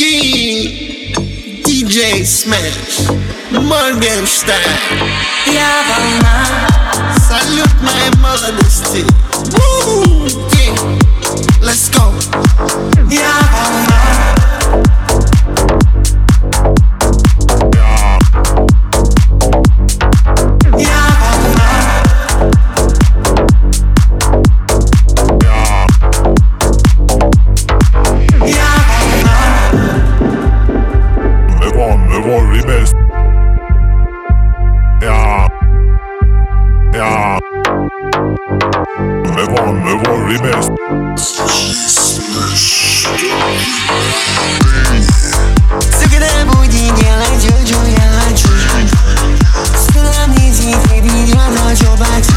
DJ Smash, Morgenstern. Я волна. Салют моей молодости. Yeah. Let's go. Я волна. Всегда буди делать, что я хочу. Сравните, baby, я хочу пойти.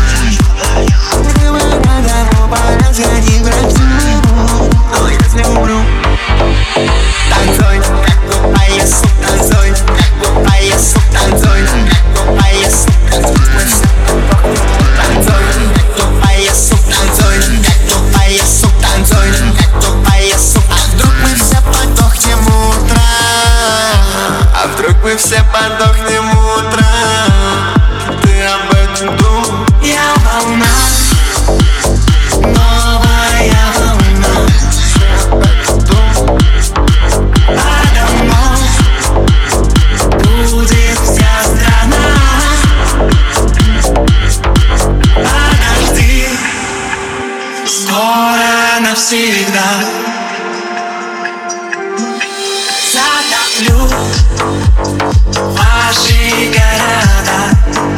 Надо пора сходить в Россию. Но я слюблю. Танцуй, как поясу, танцуй, как поясу, танцуй, как поясу, танцуй. Танцуй, как поясу, танцуй, как поясу, танцуй, как поясу. А вдруг мы все подохнем утром? А вдруг мы все подохнем утром? Ты об этом думал? Я волна. Новая волна. Подо мной будет вся страна. Подожди, скоро навсегда затоплю ваши города.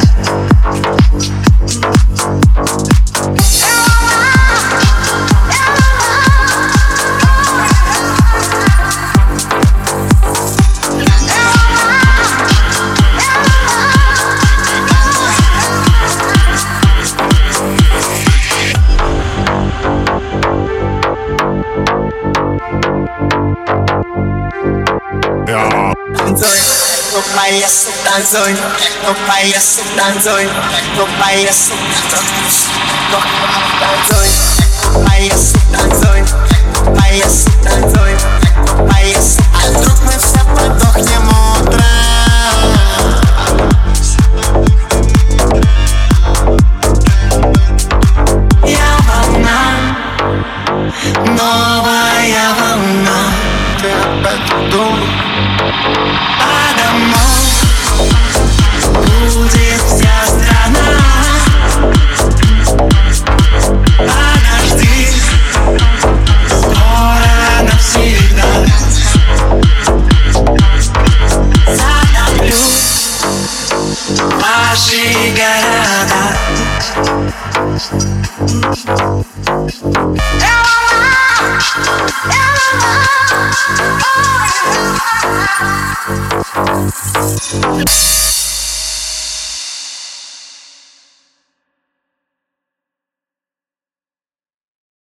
Танцуй, как поясу, танцуй, как поясу, танцуй, как поясу, танцуй, как поясу, танцуй, как поясу, танцуй, как поясу. А вдруг мы все подохнем утром? Я волна, новая волна. Ты об этом думал? Подо мной будет вся страна. Подожди, скоро навсегда затоплю ваши города.